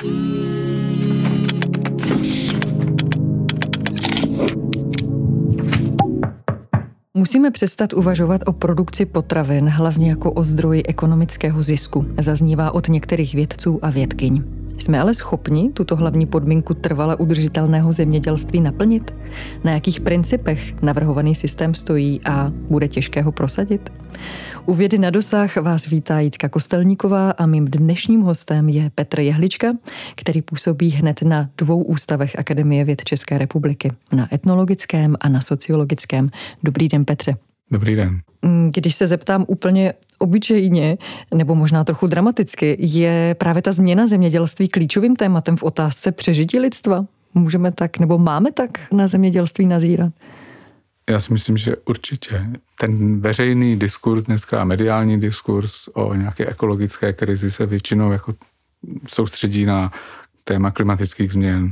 Musíme přestat uvažovat o produkci potravin, hlavně jako o zdroji ekonomického zisku, zaznívá od některých vědců a vědkyň. Jsme ale schopni tuto hlavní podmínku trvale udržitelného zemědělství naplnit? Na jakých principech navrhovaný systém stojí a bude těžké ho prosadit? U Vědy na dosah vás vítá Jitka Kostelníková a mým dnešním hostem je Petr Jehlička, který působí hned na 2 ústavech Akademie věd České republiky, na etnologickém a na sociologickém. Dobrý den, Petře. Dobrý den. Když se zeptám úplně obyčejně, nebo možná trochu dramaticky, je právě ta změna zemědělství klíčovým tématem v otázce přežití lidstva? Můžeme tak, nebo máme tak na zemědělství nazírat? Já si myslím, že určitě. Ten veřejný diskurs dneska a mediální diskurs o nějaké ekologické krizi se většinou jako soustředí na téma klimatických změn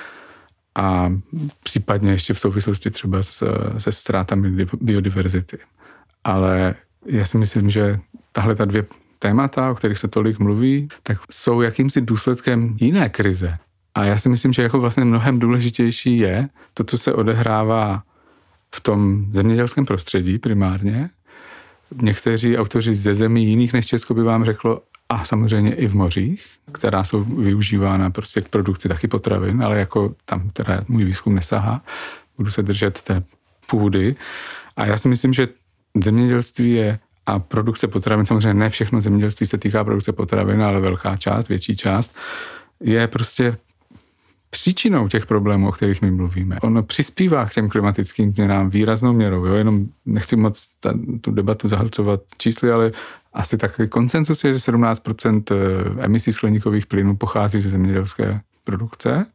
a případně ještě v souvislosti třeba se ztrátami biodiverzity. Ale já si myslím, že tahle ta 2 témata, o kterých se tolik mluví, tak jsou jakýmsi důsledkem jiné krize. A já si myslím, že jako vlastně mnohem důležitější je to, co se odehrává v tom zemědělském prostředí primárně. Někteří autoři ze zemí jiných než Česko by vám řeklo, a samozřejmě i v mořích, která jsou využívána prostě k produkci taky potravin, ale jako tam teda můj výzkum nesahá, budu se držet té půdy. A já si myslím, že zemědělství je a produkce potravin, samozřejmě ne všechno zemědělství se týká produkce potravin, ale velká část, větší část, je prostě příčinou těch problémů, o kterých my mluvíme. Ono přispívá k těm klimatickým změnám výraznou měrou. Jo? Jenom nechci moc tu debatu zahlcovat čísly, ale asi takový konsenzus je, že 17% emisí skleníkových plynů pochází ze zemědělské produkce.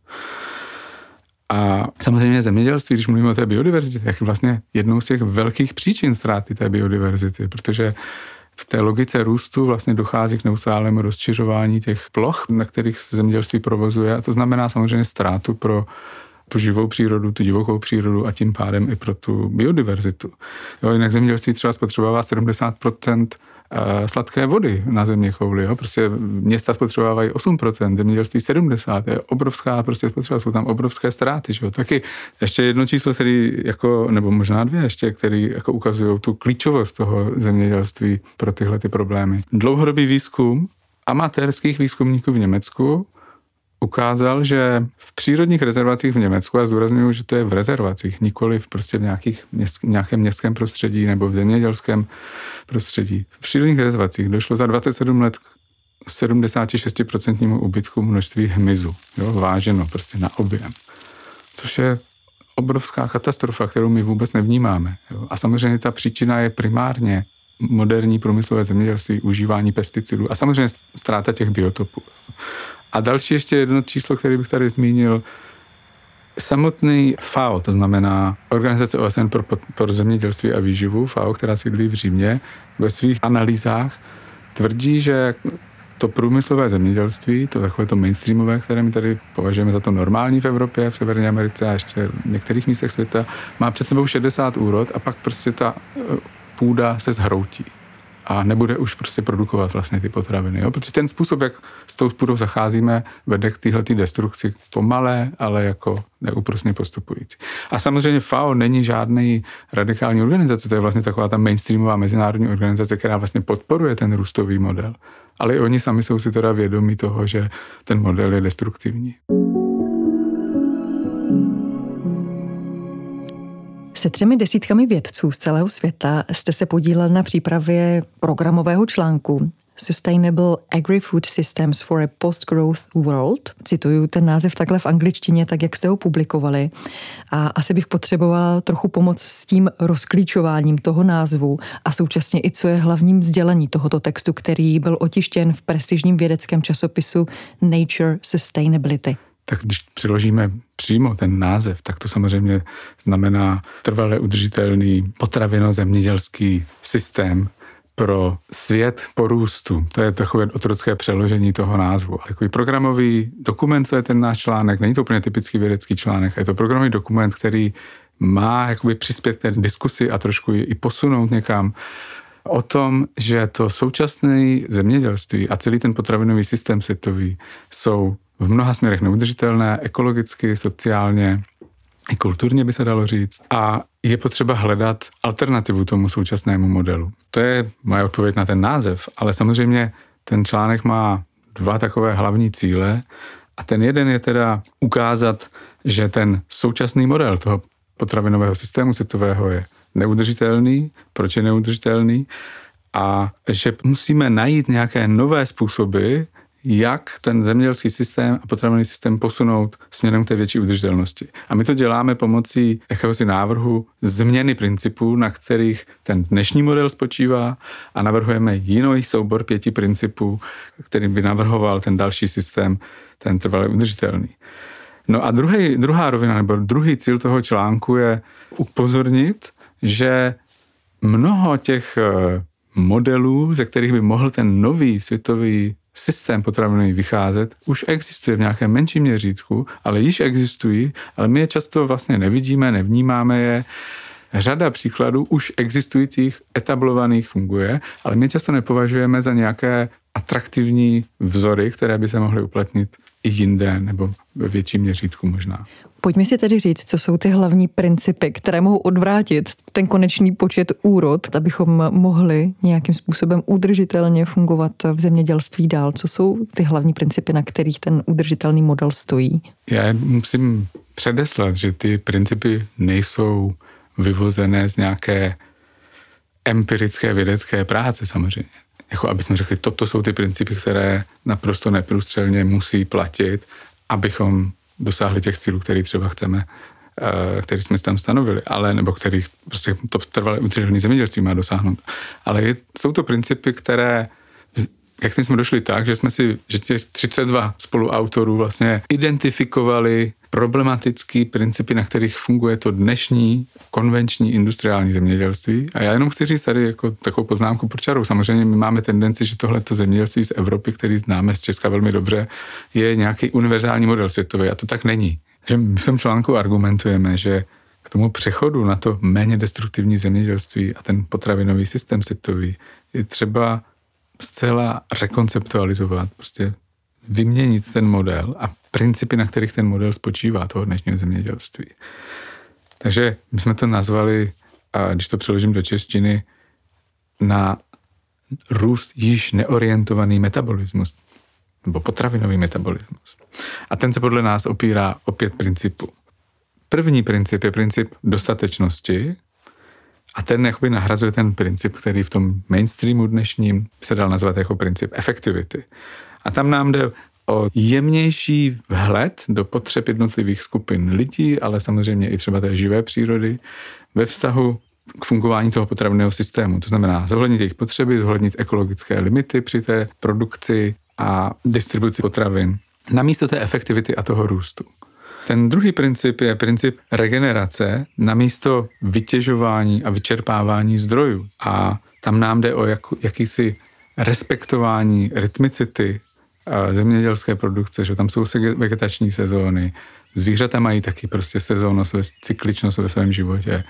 A samozřejmě zemědělství, když mluvíme o té biodiverzitě, tak je vlastně jednou z těch velkých příčin ztráty té biodiverzity, protože v té logice růstu vlastně dochází k neustálému rozšiřování těch ploch, na kterých se zemědělství provozuje, a to znamená samozřejmě ztrátu pro tu živou přírodu, tu divokou přírodu a tím pádem i pro tu biodiverzitu. Jo, jinak zemědělství třeba spotřebovává 70% sladké vody na země kouli. Jo? Prostě města spotřebovávají 8%, zemědělství 70%. Je obrovská prostě spotřeba, jsou tam obrovské ztráty. Že? Taky ještě jedno číslo, který jako, nebo možná 2 ještě, který jako ukazují tu klíčovost toho zemědělství pro tyhle ty problémy. Dlouhodobý výzkum amatérských výzkumníků v Německu ukázal, že v přírodních rezervacích v Německu, a zdůrazňuju, že to je v rezervacích, nikoli v prostě v nějakém městském prostředí nebo v zemědělském prostředí. V přírodních rezervacích došlo za 27 let k 76% úbytku množství hmyzu, jo, váženo prostě na objem. Což je obrovská katastrofa, kterou my vůbec nevnímáme. Jo. A samozřejmě ta příčina je primárně moderní průmyslové zemědělství, užívání pesticidů a samozřejmě ztráta těch biotopů. A další ještě jedno číslo, které bych tady zmínil, samotný FAO, to znamená Organizace OSN pro zemědělství a výživu, FAO, která sídlí v Římě, ve svých analýzách tvrdí, že to průmyslové zemědělství, to takové to mainstreamové, které my tady považujeme za to normální v Evropě, v Severní Americe a ještě v některých místech světa, má před sebou 60 úrod a pak prostě ta půda se zhroutí a nebude už prostě produkovat vlastně ty potraviny. Jo? Protože ten způsob, jak s tou půdou zacházíme, vede k téhletý destrukci pomalé, ale jako neúprosně postupující. A samozřejmě FAO není žádný radikální organizace, to je vlastně taková ta mainstreamová mezinárodní organizace, která vlastně podporuje ten růstový model. Ale i oni sami jsou si teda vědomí toho, že ten model je destruktivní. Se 3 desítkami vědců z celého světa jste se podílel na přípravě programového článku Sustainable Agri-Food Systems for a Post-Growth World. Cituju ten název takhle v angličtině, tak jak jste ho publikovali. A asi bych potřebovala trochu pomoct s tím rozklíčováním toho názvu a současně i co je hlavním sdělení tohoto textu, který byl otištěn v prestižním vědeckém časopisu Nature Sustainability. Tak když přiložíme přímo ten název, tak to samozřejmě znamená trvale udržitelný potravino-zemědělský systém pro svět po růstu. To je takové otrocké přeložení toho názvu. Takový programový dokument, to je ten náš článek, není to úplně typický vědecký článek, je to programový dokument, který má jakoby přispět k té diskusi a trošku i posunout někam. o tom, že to současné zemědělství a celý ten potravinový systém světový jsou v mnoha směrech neudržitelné, ekologicky, sociálně, i kulturně by se dalo říct. A je potřeba hledat alternativu tomu současnému modelu. To je moje odpověď na ten název, ale samozřejmě ten článek má 2 takové hlavní cíle a ten jeden je teda ukázat, že ten současný model toho potravinového systému světového je neudržitelný. Proč je neudržitelný? A že musíme najít nějaké nové způsoby, jak ten zemědělský systém a potravinový systém posunout směrem k té větší udržitelnosti. A my to děláme pomocí jakéhosi návrhu změny principů, na kterých ten dnešní model spočívá, a navrhujeme jiný soubor 5 principů, který by navrhoval ten další systém, ten trvale udržitelný. No a druhá rovina, nebo druhý cíl toho článku je upozornit, že mnoho těch modelů, ze kterých by mohl ten nový světový systém potravinový vycházet, už existuje v nějakém menším měřítku, ale již existují, ale my je často vlastně nevidíme, nevnímáme je. Řada příkladů už existujících, etablovaných funguje, ale my často nepovažujeme za nějaké atraktivní vzory, které by se mohly uplatnit i jinde nebo ve větším měřítku možná. Pojďme si tedy říct, co jsou ty hlavní principy, které mohou odvrátit ten konečný počet úrod, abychom mohli nějakým způsobem udržitelně fungovat v zemědělství dál. Co jsou ty hlavní principy, na kterých ten udržitelný model stojí? Já musím předeslat, že ty principy nejsou vyvozené z nějaké empirické vědecké práce samozřejmě. Jako aby jsme řekli, toto jsou ty principy, které naprosto neprůstřelně musí platit, abychom dosáhli těch cílů, které třeba chceme, který jsme si tam stanovili, ale nebo kterých prostě to trvalé udržitelné zemědělství má dosáhnout. Ale jsou to principy, které, jak jsme došli tak, že těch 32 spoluautorů vlastně identifikovali problematické principy, na kterých funguje to dnešní konvenční industriální zemědělství. A já jenom chci říct tady jako takovou poznámku pro čarou. Samozřejmě my máme tendenci, že tohleto zemědělství z Evropy, který známe z Česka velmi dobře, je nějaký univerzální model světový a to tak není. Že my v tom článku argumentujeme, že k tomu přechodu na to méně destruktivní zemědělství a ten potravinový systém světový je třeba zcela rekonceptualizovat, prostě vyměnit ten model a principy, na kterých ten model spočívá, toho dnešního zemědělství. Takže my jsme to nazvali, a když to přeložím do češtiny, na růst již neorientovaný metabolismus, nebo potravinový metabolismus. A ten se podle nás opírá o 5 principů. První princip je princip dostatečnosti a ten jakoby nahrazuje ten princip, který v tom mainstreamu dnešním se dal nazvat jako princip efektivity. A tam nám jde o jemnější vhled do potřeb jednotlivých skupin lidí, ale samozřejmě i třeba té živé přírody ve vztahu k fungování toho potravinového systému. To znamená zohlednit jejich potřeby, zohlednit ekologické limity při té produkci a distribuci potravin namísto té efektivity a toho růstu. Ten druhý princip je princip regenerace namísto vytěžování a vyčerpávání zdrojů. A tam nám jde o jakýsi respektování rytmicity zemědělské produkce, že tam jsou vegetační sezóny, zvířata mají taky prostě sezónnost, cykličnost ve svém životě.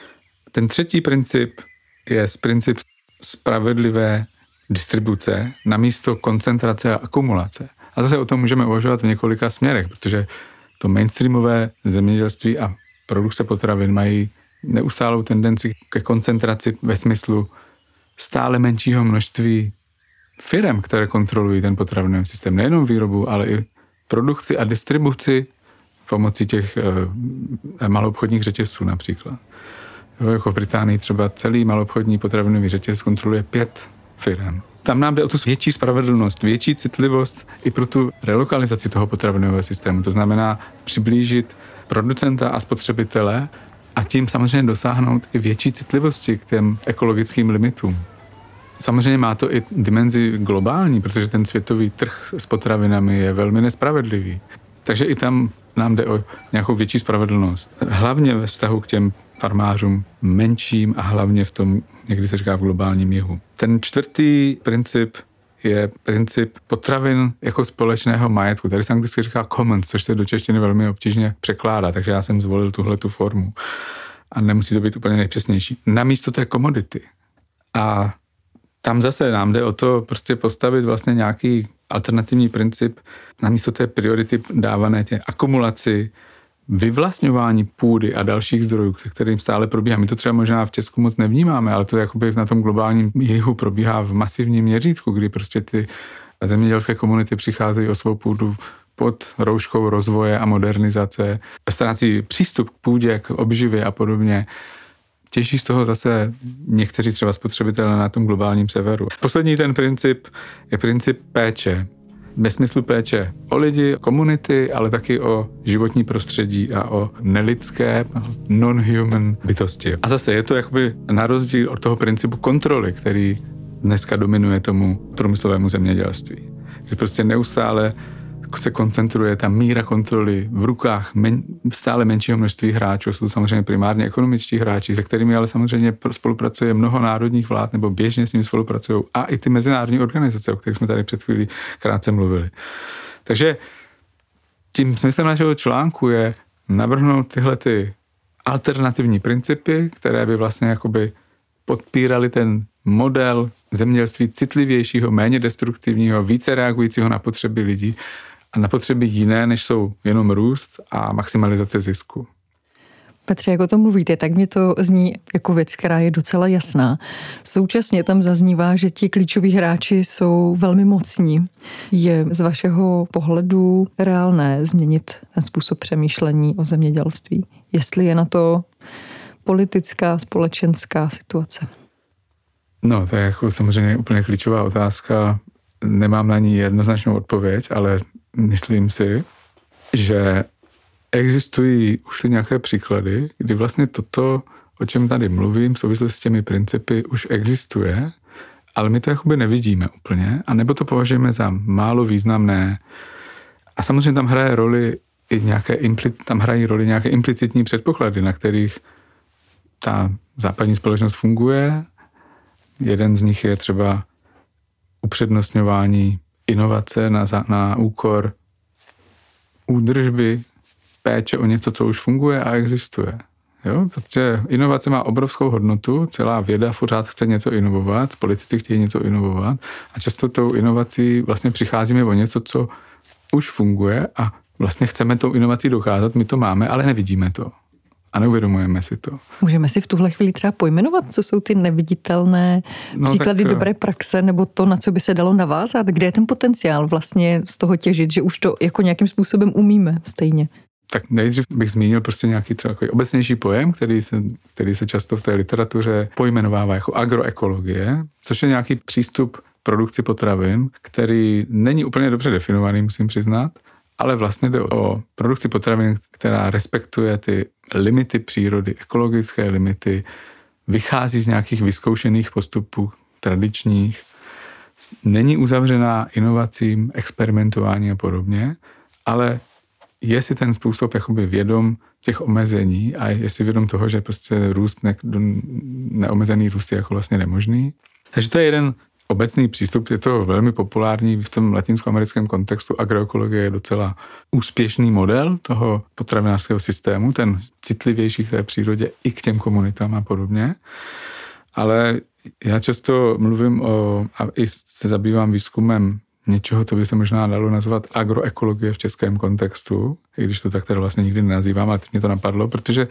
Ten třetí princip je princip spravedlivé distribuce namísto koncentrace a akumulace. A zase o tom můžeme uvažovat v několika směrech, protože to mainstreamové zemědělství a produkce potravin mají neustálou tendenci ke koncentraci ve smyslu stále menšího množství firem, které kontrolují ten potravinový systém, nejenom výrobu, ale i produkci a distribuci pomocí těch maloobchodních řetězců například. Jako v Británii třeba celý maloobchodní potravinový řetěz kontroluje 5 firem. Tam nám jde o tu větší spravedlnost, větší citlivost i pro tu relokalizaci toho potravinového systému. To znamená přiblížit producenta a spotřebitele a tím samozřejmě dosáhnout i větší citlivosti k těm ekologickým limitům. Samozřejmě má to i dimenzi globální, protože ten světový trh s potravinami je velmi nespravedlivý. Takže i tam nám jde o nějakou větší spravedlnost. Hlavně ve vztahu k těm farmářům menším a hlavně v tom, někdy se říká v globálním jihu. Ten čtvrtý princip je princip potravin jako společného majetku. Tady se anglicky říká commons, což se do češtiny velmi obtížně překládá, takže já jsem zvolil tuhletu formu. A nemusí to být úplně nejpřesnější. Namísto té komodity. A tam zase nám jde o to prostě postavit vlastně nějaký alternativní princip namísto té priority dávané tě akumulaci, vyvlastňování půdy a dalších zdrojů, kterým stále probíhá. My to třeba možná v Česku moc nevnímáme, ale to jakoby na tom globálním jihu probíhá v masivním měřítku, kdy prostě ty zemědělské komunity přicházejí o svou půdu pod rouškou rozvoje a modernizace, ztrácí přístup k půdě, k obživě a podobně. Těží z toho zase někteří třeba spotřebitelé na tom globálním severu. Poslední ten princip je princip péče. Ve smyslu péče o lidi, komunity, ale taky o životní prostředí a o nelidské, non-human bytosti. A zase je to jakoby na rozdíl od toho principu kontroly, který dneska dominuje tomu průmyslovému zemědělství. Že prostě neustále se koncentruje ta míra kontroly v rukách stále menšího množství hráčů. Jsou to samozřejmě primárně ekonomičtí hráči, se kterými ale samozřejmě spolupracuje mnoho národních vlád, nebo běžně s nimi spolupracují, a i ty mezinárodní organizace, o kterých jsme tady před chvílí krátce mluvili. Takže tím smyslem našeho článku je navrhnout tyhle ty alternativní principy, které by vlastně jakoby podpíraly ten model zemědělství citlivějšího, méně destruktivního, více reagujícího na potřeby lidí a na potřeby jiné, než jsou jenom růst a maximalizace zisku. Petře, jak o tom mluvíte, tak mi to zní jako věc, která je docela jasná. Současně tam zaznívá, že ti klíčoví hráči jsou velmi mocní. Je z vašeho pohledu reálné změnit ten způsob přemýšlení o zemědělství? Jestli je na to politická, společenská situace? No, to je jako samozřejmě úplně klíčová otázka. Nemám na ní jednoznačnou odpověď, ale myslím si, že existují už nějaké příklady, kdy vlastně toto, o čem tady mluvím, v souvislosti s těmi principy, už existuje, ale my to jakoby nevidíme úplně, anebo to považujeme za málo významné. A samozřejmě tam hrají roli nějaké implicitní předpoklady, na kterých ta západní společnost funguje. Jeden z nich je třeba upřednostňování inovace na úkor údržby, péče o něco, co už funguje a existuje. Jo? Protože inovace má obrovskou hodnotu, celá věda pořád chce něco inovovat, politici chtějí něco inovovat a často tou inovací vlastně přicházíme o něco, co už funguje a vlastně chceme tou inovací dokázat, my to máme, ale nevidíme to. A neuvědomujeme si to. Můžeme si v tuhle chvíli třeba pojmenovat, co jsou ty neviditelné příklady dobré praxe, nebo to, na co by se dalo navázat? Kde je ten potenciál vlastně z toho těžit, že už to jako nějakým způsobem umíme stejně? Tak nejdřív bych zmínil prostě nějaký třeba obecnější pojem, který se často v té literatuře pojmenovává jako agroekologie, což je nějaký přístup k produkci potravin, který není úplně dobře definovaný, musím přiznat, ale vlastně jde o produkci potravin, která respektuje ty limity přírody, ekologické limity, vychází z nějakých vyzkoušených postupů tradičních, není uzavřená inovacím, experimentování a podobně, ale je si ten způsob jakoby vědom těch omezení a je si vědom toho, že prostě neomezený růst je jako vlastně nemožný. Takže to je jeden obecný přístup, je to velmi populární v tom latinskoamerickém kontextu. Agroekologie je docela úspěšný model toho potravinářského systému, ten citlivější k té přírodě i k těm komunitám a podobně. Ale já často mluvím a i se zabývám výzkumem něčeho, co by se možná dalo nazvat agroekologie v českém kontextu, i když to tak teda vlastně nikdy nenazývám, ale teď mě to napadlo, protože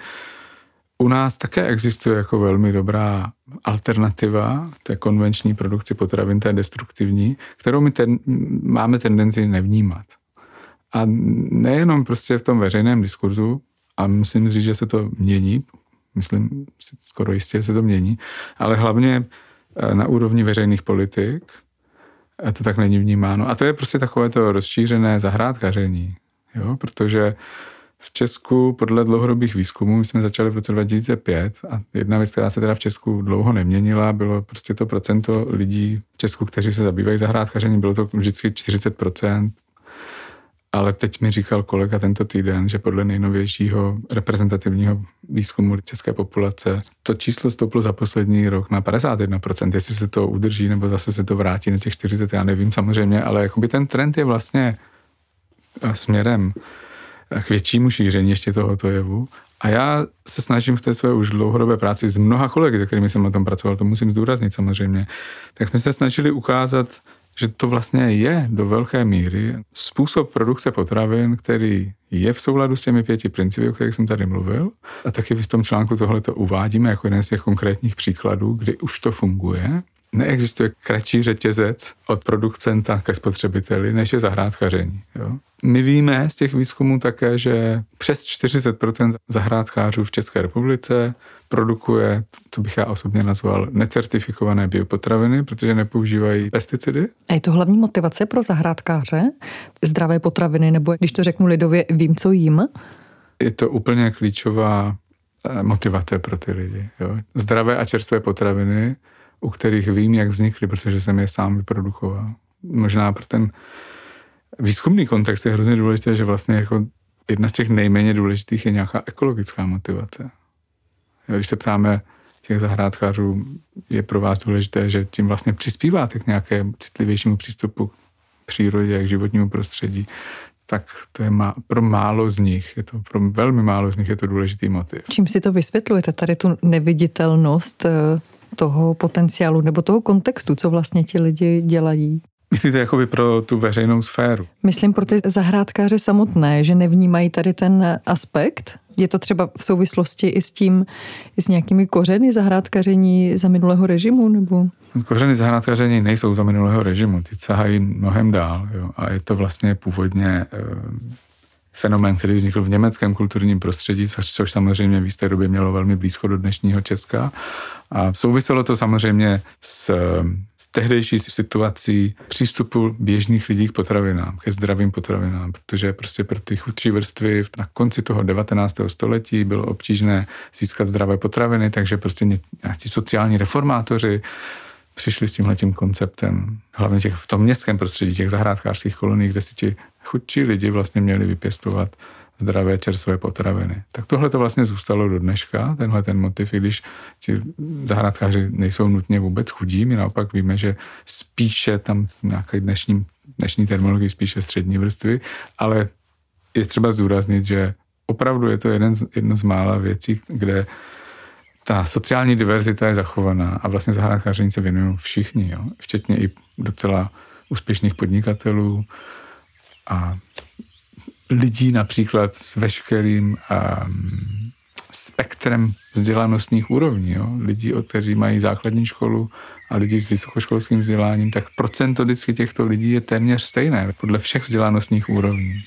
u nás také existuje jako velmi dobrá alternativa té konvenční produkci potravin, té destruktivní, kterou my máme tendenci nevnímat. A nejenom prostě v tom veřejném diskurzu, a musím říct, že se to mění, myslím skoro jistě, že se to mění, ale hlavně na úrovni veřejných politik to tak není vnímáno. A to je prostě takové to rozšířené zahrádkaření, jo? Protože v Česku podle dlouhodobých výzkumů, my jsme začali v roce 2005 a jedna věc, která se teda v Česku dlouho neměnila, bylo prostě to procento lidí v Česku, kteří se zabývají zahrádkařením, bylo to vždycky 40%, ale teď mi říkal kolega tento týden, že podle nejnovějšího reprezentativního výzkumu české populace to číslo stouplo za poslední rok na 51%, jestli se to udrží nebo zase se to vrátí na těch 40, já nevím samozřejmě, ale jakoby ten trend je vlastně směrem k většímu šíření ještě tohoto jevu, A já se snažím v té své už dlouhodobé práci s mnoha kolegy, se kterými jsem na tom pracoval, to musím zdůraznit samozřejmě, tak jsme se snažili ukázat, že to vlastně je do velké míry způsob produkce potravin, který je v souladu s těmi 5 principy, o kterých jsem tady mluvil. A taky v tom článku tohle to uvádíme jako jeden z těch konkrétních příkladů, kdy už to funguje. Neexistuje kratší řetězec od producenta ke spotřebiteli, než je zahrádkaření. Jo? My víme z těch výzkumů také, že přes 40% zahrádkářů v České republice produkuje, co bych já osobně nazval, necertifikované biopotraviny, protože nepoužívají pesticidy. A je to hlavní motivace pro zahrádkáře? Zdravé potraviny, nebo když to řeknu lidově, vím, co jím? Je to úplně klíčová motivace pro ty lidi. Jo? Zdravé a čerstvé potraviny, u kterých vím, jak vznikly, protože jsem je sám vyprodukoval. Možná pro ten výzkumný kontext je hrozně důležité, že vlastně jako jedna z těch nejméně důležitých je nějaká ekologická motivace. Když se ptáme těch zahrádkářů, je pro vás důležité, že tím vlastně přispíváte k nějakému citlivějšímu přístupu k přírodě, k životnímu prostředí, tak to je pro málo z nich, pro velmi málo z nich je to důležitý motiv. Čím si to vysvětlujete, tady tu neviditelnost toho potenciálu nebo toho kontextu, co vlastně ti lidi dělají? Myslíte jakoby pro tu veřejnou sféru? Myslím pro ty zahrádkáře samotné, že nevnímají tady ten aspekt. Je to třeba v souvislosti i s tím, i s nějakými kořeny zahrádkaření za minulého režimu, nebo? Kořeny zahrádkaření nejsou za minulého režimu, ty sahají mnohem dál. Jo? A je to vlastně původně fenomén, který vznikl v německém kulturním prostředí, což samozřejmě v jisté době mělo velmi blízko do dnešního Česka. A souviselo to samozřejmě s tehdejší situací přístupu běžných lidí k potravinám, ke zdravým potravinám, protože prostě pro ty chudší vrstvy na konci toho 19. století bylo obtížné získat zdravé potraviny, takže prostě nějakí sociální reformátoři přišli s tímhletím konceptem, hlavně v tom městském prostředí, těch zahrádkářských kolonií, kde si ti chudší lidi vlastně měli vypěstovat zdravé čerstvé potraviny. Tak tohle to vlastně zůstalo do dneška, tenhle ten motiv, i když ti zahrádkáři nejsou nutně vůbec chudí, my naopak víme, že spíše tam nějaké dnešní terminologii spíše střední vrstvy, ale je třeba zdůraznit, že opravdu je to jedno z mála věcí, kde ta sociální diverzita je zachovaná a vlastně zahrádkáření se věnují všichni, jo? Včetně i docela úspěšných podnikatelů a lidí například s veškerým spektrem vzdělanostních úrovní. Jo? Lidí, kteří mají základní školu a lidi s vysokoškolským vzděláním, tak procento vždycky těchto lidí je téměř stejné podle všech vzdělanostních úrovní.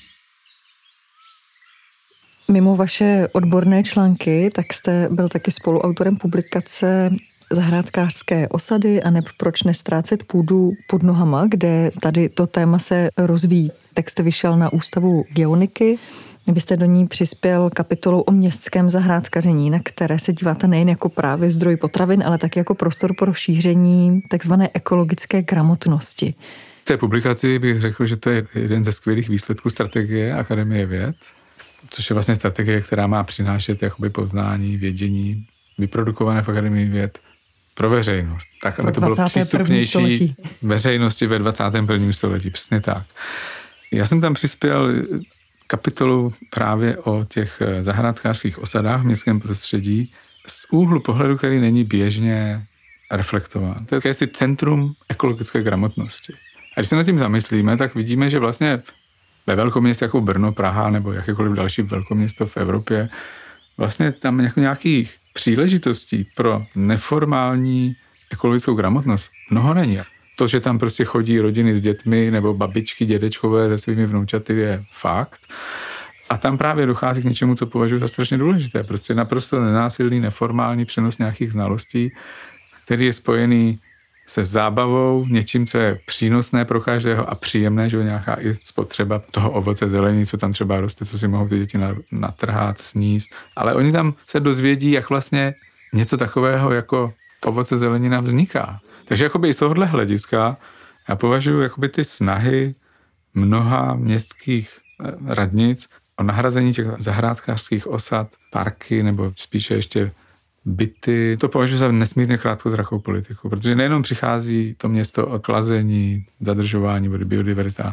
Mimo vaše odborné články, tak jste byl taky spoluautorem publikace Zahrádkářské osady a neb proč nestrácet půdu pod nohama, kde tady to téma se rozvíjí. Text vyšel na Ústavu geoniky. Vy jste do ní přispěl kapitolou o městském zahrádkaření, na které se díváte nejen jako právě zdroj potravin, ale taky jako prostor pro šíření takzvané ekologické gramotnosti. V té publikaci bych řekl, že to je jeden ze skvělých výsledků strategie Akademie věd, což je vlastně strategie, která má přinášet jakoby poznání, vědění, vyprodukované v Akademii věd pro veřejnost. Tak, aby to bylo přístupnější veřejnosti ve 21. století. Přesně tak. Já jsem tam přispěl kapitolu právě o těch zahrádkářských osadách v městském prostředí z úhlu pohledu, který není běžně reflektován. To je jakési centrum ekologické gramotnosti. A když se nad tím zamyslíme, tak vidíme, že vlastně ve velkoměstě jako Brno, Praha nebo jakékoliv další velkoměsto v Evropě vlastně tam jako nějakých příležitostí pro neformální ekologickou gramotnost mnoho není. To, že tam prostě chodí rodiny s dětmi nebo babičky, dědečkové se svými vnoučaty je fakt. A tam právě dochází k něčemu, co považuji za strašně důležité. Prostě naprosto nenásilný, neformální přenos nějakých znalostí, který je spojený se zábavou, něčím, co je přínosné pro každého a příjemné, že je nějaká i spotřeba toho ovoce zelení, co tam třeba roste, co si mohou ty děti natrhat, sníst. Ale oni tam se dozvědí, jak vlastně něco takového jako ovoce zelenina vzniká. Takže jakoby i z tohohle hlediska já považuji jakoby ty snahy mnoha městských radnic o nahrazení těch zahrádkářských osad, parky nebo spíše ještě byty. To považuji za nesmírně krátkozrakou politiku, protože nejenom přichází to město o klazení, zadržování vody, biodiverzita,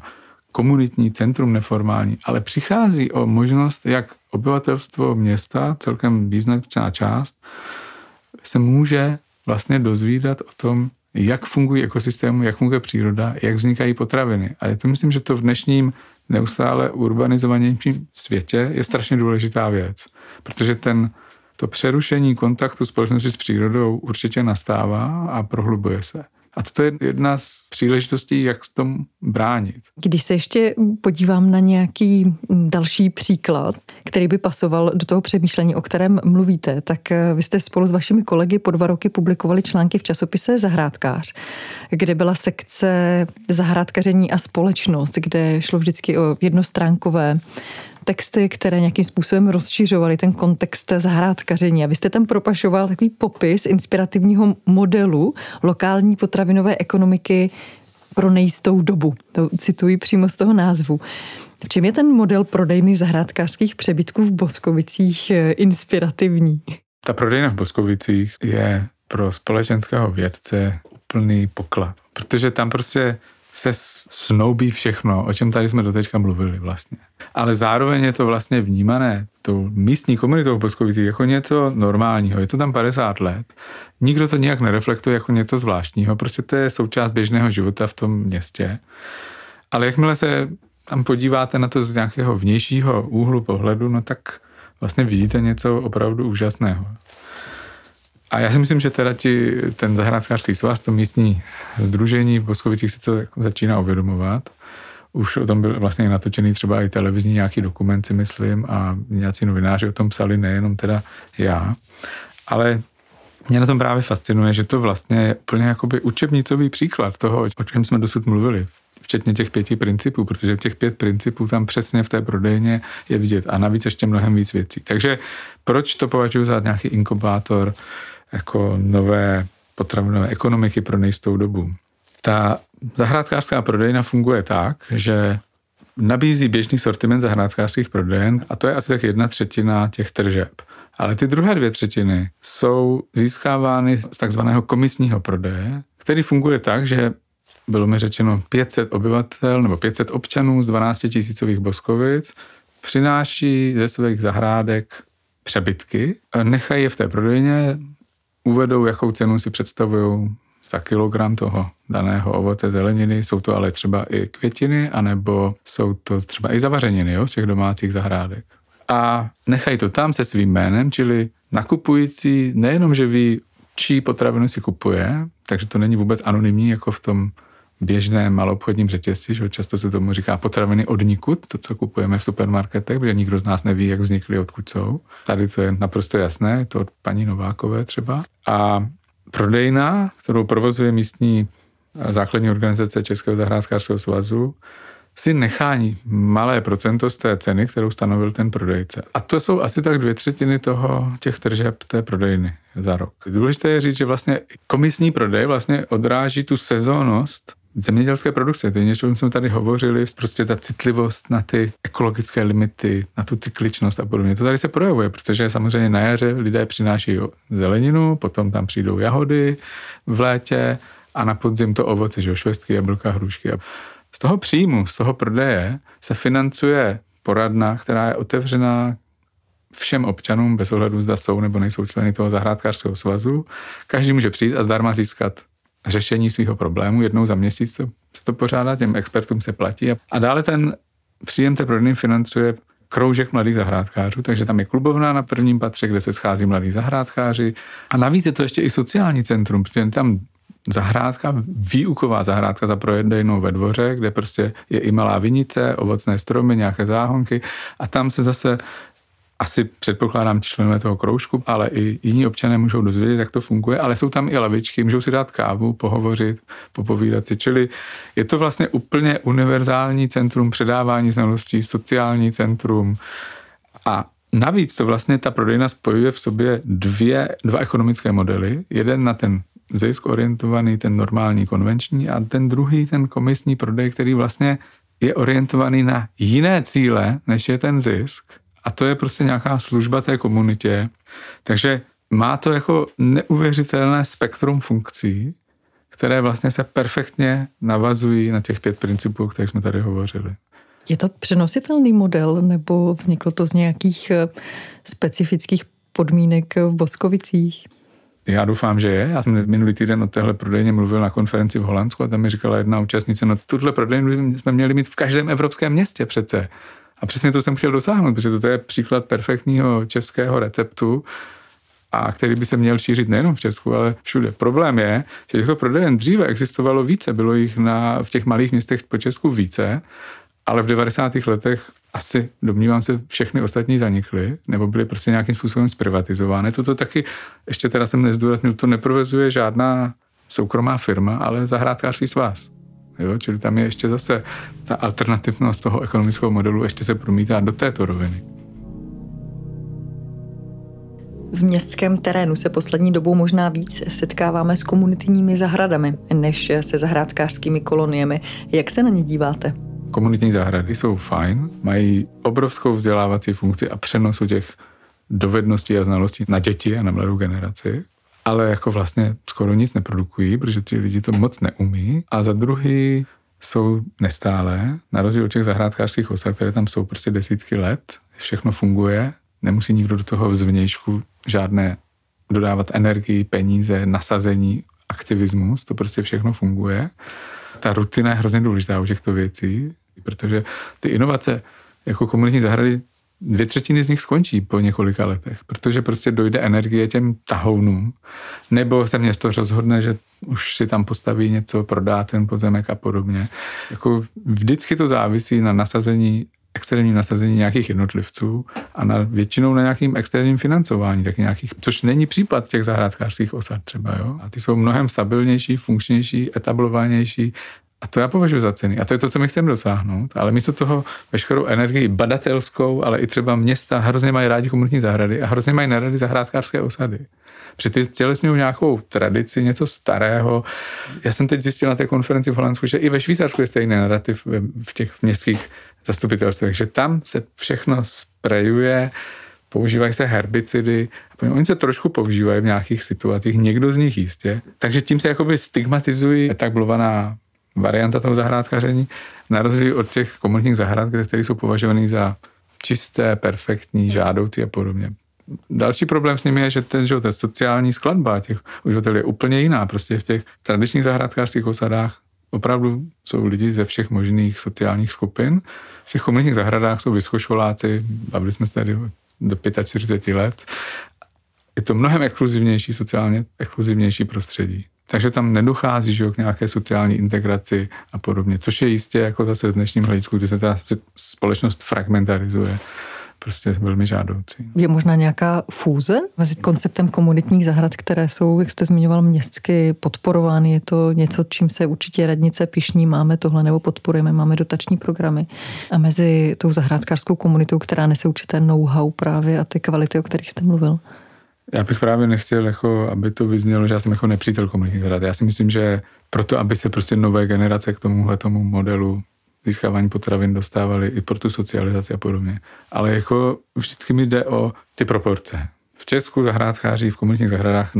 komunitní centrum neformální, ale přichází o možnost, jak obyvatelstvo města, celkem význačná část, se může vlastně dozvídat o tom, jak fungují ekosystémy, jak funguje příroda, jak vznikají potraviny. A já to myslím, že to v dnešním neustále urbanizovanějším světě je strašně důležitá věc, protože to přerušení kontaktu společnosti s přírodou určitě nastává a prohlubuje se. A to je jedna z příležitostí, jak s tomu bránit. Když se ještě podívám na nějaký další příklad, který by pasoval do toho přemýšlení, o kterém mluvíte, tak vy jste spolu s vašimi kolegy po 2 roky publikovali články v časopise Zahrádkář, kde byla sekce Zahrádkaření a společnost, kde šlo vždycky o jednostránkové texty, které nějakým způsobem rozšiřovaly ten kontext zahrádkaření. A vy jste tam propašoval takový popis inspirativního modelu lokální potravinové ekonomiky pro nejistou dobu. To cituji přímo z toho názvu. V čem je ten model prodejny zahrádkářských přebytků v Boskovicích inspirativní? Ta prodejna v Boskovicích je pro společenského vědce úplný poklad, protože tam prostě se snoubí všechno, o čem tady jsme doteďka mluvili vlastně. Ale zároveň je to vlastně vnímané tou místní komunitou v Boskovicích jako něco normálního. Je to tam 50 let. Nikdo to nějak nereflektuje jako něco zvláštního, prostě to je součást běžného života v tom městě. Ale jakmile se tam podíváte na to z nějakého vnějšího úhlu pohledu, no tak vlastně vidíte něco opravdu úžasného. A já si myslím, že teda ten zahrádkářský svaz, to místní sdružení v Boskovicích si to jako začíná uvědomovat. Už o tom byl vlastně natočený třeba i televizní nějaký dokument, si myslím, a nějací novináři o tom psali, nejenom teda já. Ale mě na tom právě fascinuje, že to vlastně je úplně jakoby učebnicový příklad toho, o čem jsme dosud mluvili, včetně těch 5 principů, protože těch 5 principů tam přesně v té prodejně je vidět a navíc ještě mnohem víc věcí. Takže proč to považuji za nějaký inkubátor jako nové potravinové ekonomiky pro nejistou dobu? Ta zahrádkářská prodejna funguje tak, že nabízí běžný sortiment zahrádkářských prodejen a to je asi tak 1/3 těch tržeb. Ale ty druhé 2/3 jsou získávány z takzvaného komisního prodeje, který funguje tak, že bylo mi řečeno 500 obyvatel nebo 500 občanů z 12 000 Boskovic přináší ze svých zahrádek přebytky, nechají je v té prodejně, uvedou, jakou cenu si představují za kilogram toho daného ovoce, zeleniny, jsou to ale třeba i květiny, anebo jsou to třeba i zavařeniny, z těch domácích zahrádek. A nechají to tam se svým jménem, čili nakupující nejenom, že ví, čí potravinu si kupuje, takže to není vůbec anonymní, jako v tom běžném maloobchodním řetězci, že často se tomu říká potraviny odnikud, to, co kupujeme v supermarketech, protože nikdo z nás neví, jak vznikly, odkud jsou. Tady to je naprosto jasné, je to od paní Novákové třeba. A prodejna, kterou provozuje místní základní organizace Českého zahrádkářského svazu, si nechá malé procento z té ceny, kterou stanovil ten prodejce. A to jsou asi tak 2/3 těch tržeb té prodejny za rok. Důležité je říct, že vlastně komisní prodej vlastně odráží tu sezónnost zemědělské produkce. To je něco, o čem jsme tady hovořili, prostě ta citlivost na ty ekologické limity, na tu cykličnost a podobně. To tady se projevuje, protože samozřejmě na jaře lidé přináší zeleninu, potom tam přijdou jahody v létě a na podzim to ovoce, že švestky, jablka, hrušky. Z toho příjmu, z toho prodeje se financuje poradna, která je otevřená všem občanům, bez ohledu zda jsou nebo nejsou členy toho zahrádkářského svazu. Každý může přijít a zdarma získat řešení svého problému. Jednou za měsíc se to pořádá, těm expertům se platí. A dále ten příjem té prodejny financuje kroužek mladých zahrádkářů, takže tam je klubovna na prvním patře, kde se schází mladí zahrádkáři. A navíc je to ještě i sociální centrum, protože tam zahrádka, výuková zahrádka za prodejnou ve dvoře, kde prostě je i malá vinice, ovocné stromy, nějaké záhonky a tam se zase asi předpokládám členové toho kroužku, ale i jiní občané můžou dozvědět, jak to funguje, ale jsou tam i lavičky, můžou si dát kávu, pohovořit, popovídat si, čili je to vlastně úplně univerzální centrum předávání znalostí, sociální centrum a navíc to vlastně ta prodejna spojuje v sobě dva ekonomické modely, jeden na ten zisk orientovaný, ten normální, konvenční a ten druhý, ten komisní prodej, který vlastně je orientovaný na jiné cíle, než je ten zisk. A to je prostě nějaká služba té komunitě. Takže má to jako neuvěřitelné spektrum funkcí, které vlastně se perfektně navazují na těch 5 principů, o kterých jsme tady hovořili. Je to přenositelný model, nebo vzniklo to z nějakých specifických podmínek v Boskovicích? Já doufám, že je. Já jsem minulý týden o téhle prodejně mluvil na konferenci v Holandsku a tam mi říkala jedna účastnice, no tuhle prodejnu jsme měli mít v každém evropském městě přece. A přesně to jsem chtěl dosáhnout, protože to je příklad perfektního českého receptu, a který by se měl šířit nejenom v Česku, ale všude. Problém je, že těchto prodejen dříve existovalo více, bylo jich v těch malých městech po Česku více, ale v 90. letech asi, domnívám se, všechny ostatní zanikly, nebo byly prostě nějakým způsobem zprivatizovány. Toto taky, ještě teda jsem nezdůraznil, to neprovozuje žádná soukromá firma, ale zahrádkářský svaz. Jo? Čili tam je ještě zase ta alternativnost toho ekonomického modelu ještě se promítá do této roviny. V městském terénu se poslední dobou možná víc setkáváme s komunitními zahradami, než se zahrádkářskými koloniemi. Jak se na ně díváte? Komunitní zahrady jsou fajn, mají obrovskou vzdělávací funkci a přenosu těch dovedností a znalostí na děti a na mladou generaci, ale jako vlastně skoro nic neprodukují, protože ty lidi to moc neumí. A za druhý jsou nestálé, na rozdíl od těch zahrádkářských osad, které tam jsou prostě desítky let, všechno funguje, nemusí nikdo do toho zvnějšku žádné dodávat energii, peníze, nasazení, aktivismus, to prostě všechno funguje. Ta rutina je hrozně důležitá u těchto věcí, protože ty inovace jako komunitní zahrady 2/3 z nich skončí po několika letech, protože prostě dojde energie těm tahounům, nebo se město rozhodne, že už si tam postaví něco, prodá ten pozemek a podobně. Jako vždycky to závisí na externím nasazení nějakých jednotlivců a většinou na nějakým externím financování, taky nějakých, což není případ těch zahrádkářských osad třeba, jo. A ty jsou mnohem stabilnější, funkčnější, etablovanější. A to já považuji za cenný. A to je to, co my chceme dosáhnout. Ale místo toho veškerou energii badatelskou, ale i třeba města hrozně mají rádi komunitní zahrady a hrozně mají nerady zahrádkářské osady. Protože ty tělesňují nějakou tradici, něco starého. Já jsem teď zjistil na té konferenci v Holandsku, že i ve Švýcarsku je stejný narrativ v těch městských zastupitelstvech, že tam se všechno sprejuje, používají se herbicidy, a oni se trošku používají v nějakých situacích, někdo z nich jistě. Takže tím se jakoby stigmatizují etablovaná varianta toho zahrádkaření, na rozdíl od těch komunitních zahrad, které jsou považované za čisté, perfektní, žádoucí a podobně. Další problém s nimi je, že ta sociální skladba těch uživatelů je úplně jiná. Prostě v těch tradičních zahrádkářských osadách opravdu jsou lidi ze všech možných sociálních skupin. V těch komunitních zahradách jsou vysokoškoláci, bavili jsme se tady do 45 let. Je to mnohem exkluzivnější, sociálně exkluzivnější prostředí. Takže tam nedochází k nějaké sociální integraci a podobně, což je jistě jako zase v dnešním hledisku, kdy se ta společnost fragmentarizuje, prostě velmi žádoucí. Je možná nějaká fúze mezi konceptem komunitních zahrad, které jsou, jak jste zmiňoval, městsky podporovány? Je to něco, čím se určitě radnice pyšní, máme tohle nebo podporujeme, máme dotační programy. A mezi tou zahrádkářskou komunitou, která nese určité know-how právě a ty kvality, o kterých jste mluvil? Já bych právě nechtěl, aby to vyznělo, že já jsem jako nepřítel komunitních zahrad. Já si myslím, že proto, aby se prostě nové generace k tomuhletomu modelu získávání potravin dostávaly i pro tu socializaci a podobně. Ale jako vždycky mi jde o ty proporce. V Česku zahrádkáří v komunitních zahradách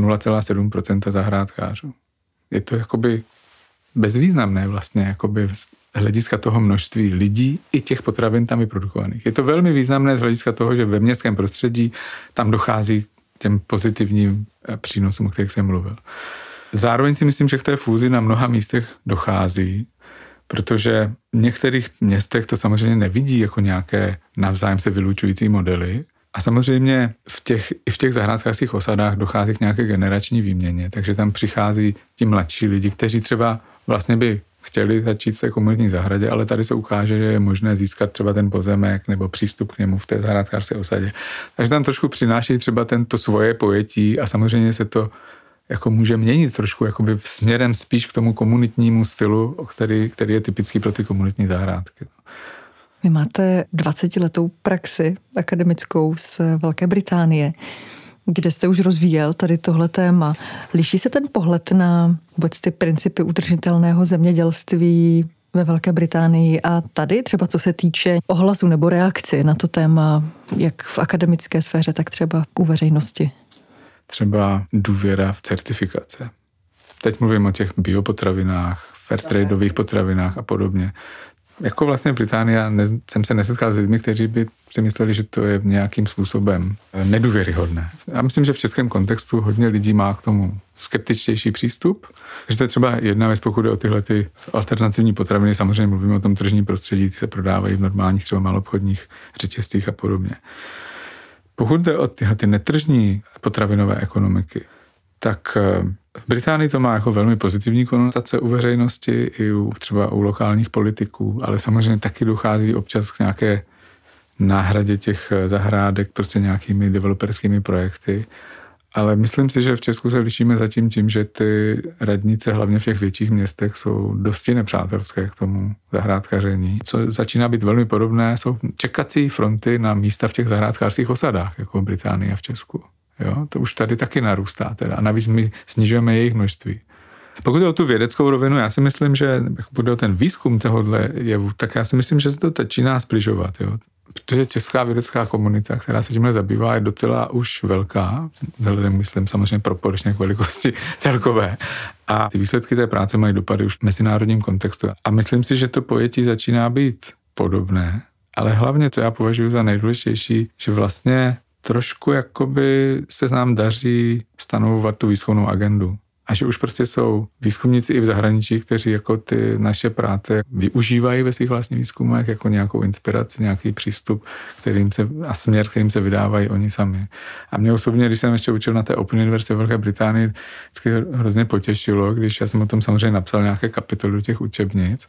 0,7% zahrádkářů. Je to jakoby bezvýznamné vlastně, jakoby z hlediska toho množství lidí i těch potravin tam vyprodukovaných. Je to velmi významné z hlediska toho, že ve městském prostředí tam dochází těm pozitivním přínosům, o kterých jsem mluvil. Zároveň si myslím, že k té fúzi na mnoha místech dochází, protože v některých městech to samozřejmě nevidí jako nějaké navzájem se vylučující modely. A samozřejmě i v těch zahrádkářských osadách dochází k nějaké generační výměně, takže tam přichází ti mladší lidi, kteří třeba vlastně by chtěli začít v té komunitní zahradě, ale tady se ukáže, že je možné získat třeba ten pozemek nebo přístup k němu v té zahrádkářské osadě. Takže tam trošku přináší třeba to svoje pojetí a samozřejmě se to jako může měnit trošku jakoby směrem spíš k tomu komunitnímu stylu, který je typický pro ty komunitní zahrádky. Vy máte 20letou praxi akademickou z Velké Británie, kde jste už rozvíjel tady tohle téma. Liší se ten pohled na vůbec ty principy udržitelného zemědělství ve Velké Británii a tady, třeba co se týče ohlasu nebo reakci na to téma, jak v akademické sféře, tak třeba u veřejnosti? Třeba důvěra v certifikace. Teď mluvím o těch biopotravinách, fairtradeových potravinách a podobně. Jako vlastně Británie jsem se nesetkal s lidmi, kteří by si mysleli, že to je nějakým způsobem nedůvěryhodné. Já myslím, že v českém kontextu hodně lidí má k tomu skeptičtější přístup. Že to je třeba jedna věc, pokud jde o tyhle ty alternativní potraviny, samozřejmě mluvíme o tom tržním prostředí, ty se prodávají v normálních třeba maloobchodních řetězcích a podobně. Pokud jde o tyhle ty netržní potravinové ekonomiky, tak v Británii to má jako velmi pozitivní konotace u veřejnosti i třeba u lokálních politiků, ale samozřejmě taky dochází občas k nějaké náhradě těch zahrádek prostě nějakými developerskými projekty. Ale myslím si, že v Česku se lišíme zatím tím, že ty radnice, hlavně v těch větších městech, jsou dosti nepřátelské k tomu zahrádkaření. Co začíná být velmi podobné, jsou čekací fronty na místa v těch zahrádkářských osadách, jako v Británii a v Česku. Jo, to už tady taky narůstá teda. A navíc my snižujeme jejich množství. Pokud jde o tu vědeckou rovinu, já si myslím, že pokud jde o ten výzkum tohohle jevu, tak já si myslím, že se to začíná zbližovat. Jo. Protože česká vědecká komunita, která se tímhle zabývá, je docela už velká, vzhledem, myslím, samozřejmě proporčně k velikosti celkové. A ty výsledky té práce mají dopady už v mezinárodním kontextu. A myslím si, že to pojetí začíná být podobné, ale hlavně, co já považuji za nejdůležitější, že vlastně trošku jakoby se nám daří stanovovat tu výzkumnou agendu. A že už prostě jsou výzkumníci i v zahraničí, kteří jako ty naše práce využívají ve svých vlastních výzkumech jako nějakou inspiraci, nějaký přístup, a směr, kterým se vydávají oni sami. A mě osobně, když jsem ještě učil na té Open University v Velké Británii, vždycky hrozně potěšilo, když já jsem o tom samozřejmě napsal nějaké kapitoly do těch učebnic.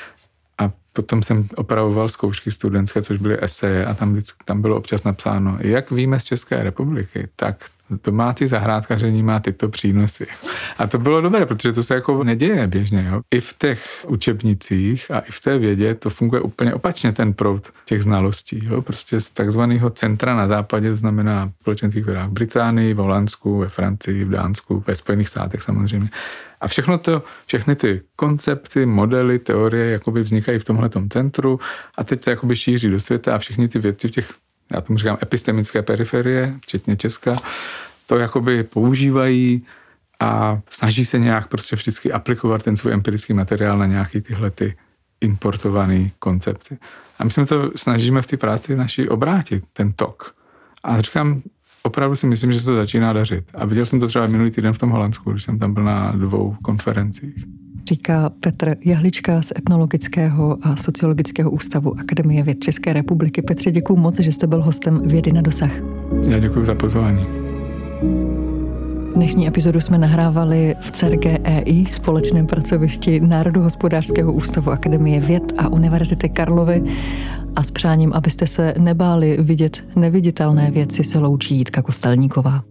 A potom jsem opravoval zkoušky studentské, což byly eseje a tam bylo občas napsáno, jak víme z České republiky, tak domácí zahrádkaření má tyto přínosy. A to bylo dobré, protože to se jako neděje běžně. Jo? I v těch učebnicích a i v té vědě to funguje úplně opačně, ten proud těch znalostí. Jo? Prostě z takzvaného centra na západě, to znamená v společenských vědách v Británii, v Holandsku, ve Francii, v Dánsku, ve Spojených státech samozřejmě. A všechny ty koncepty, modely, teorie jakoby vznikají v tomhletom centru a teď se jakoby šíří do světa a všechny ty věci v těch, já tomu říkám, epistemické periferie, včetně Česka, to jakoby používají a snaží se nějak prostě vždycky aplikovat ten svůj empirický materiál na nějaký tyhle ty importované koncepty. A my jsme to snažíme v té práci naší obrátit, ten tok. A říkám, opravdu si myslím, že se to začíná dařit. A viděl jsem to třeba minulý týden v tom Holandsku, když jsem tam byl na 2 konferencích. Říká Petr Jahlička z Etnologického a sociologického ústavu Akademie věd České republiky. Petře, děkuju moc, že jste byl hostem Vědy na dosah. Já děkuju za pozvání. Dnešní epizodu jsme nahrávali v CERGEI, společném pracovišti Národohospodářského ústavu Akademie věd a Univerzity Karlovy, a s přáním, abyste se nebáli vidět neviditelné věci, se loučí Jitka Kostelníková.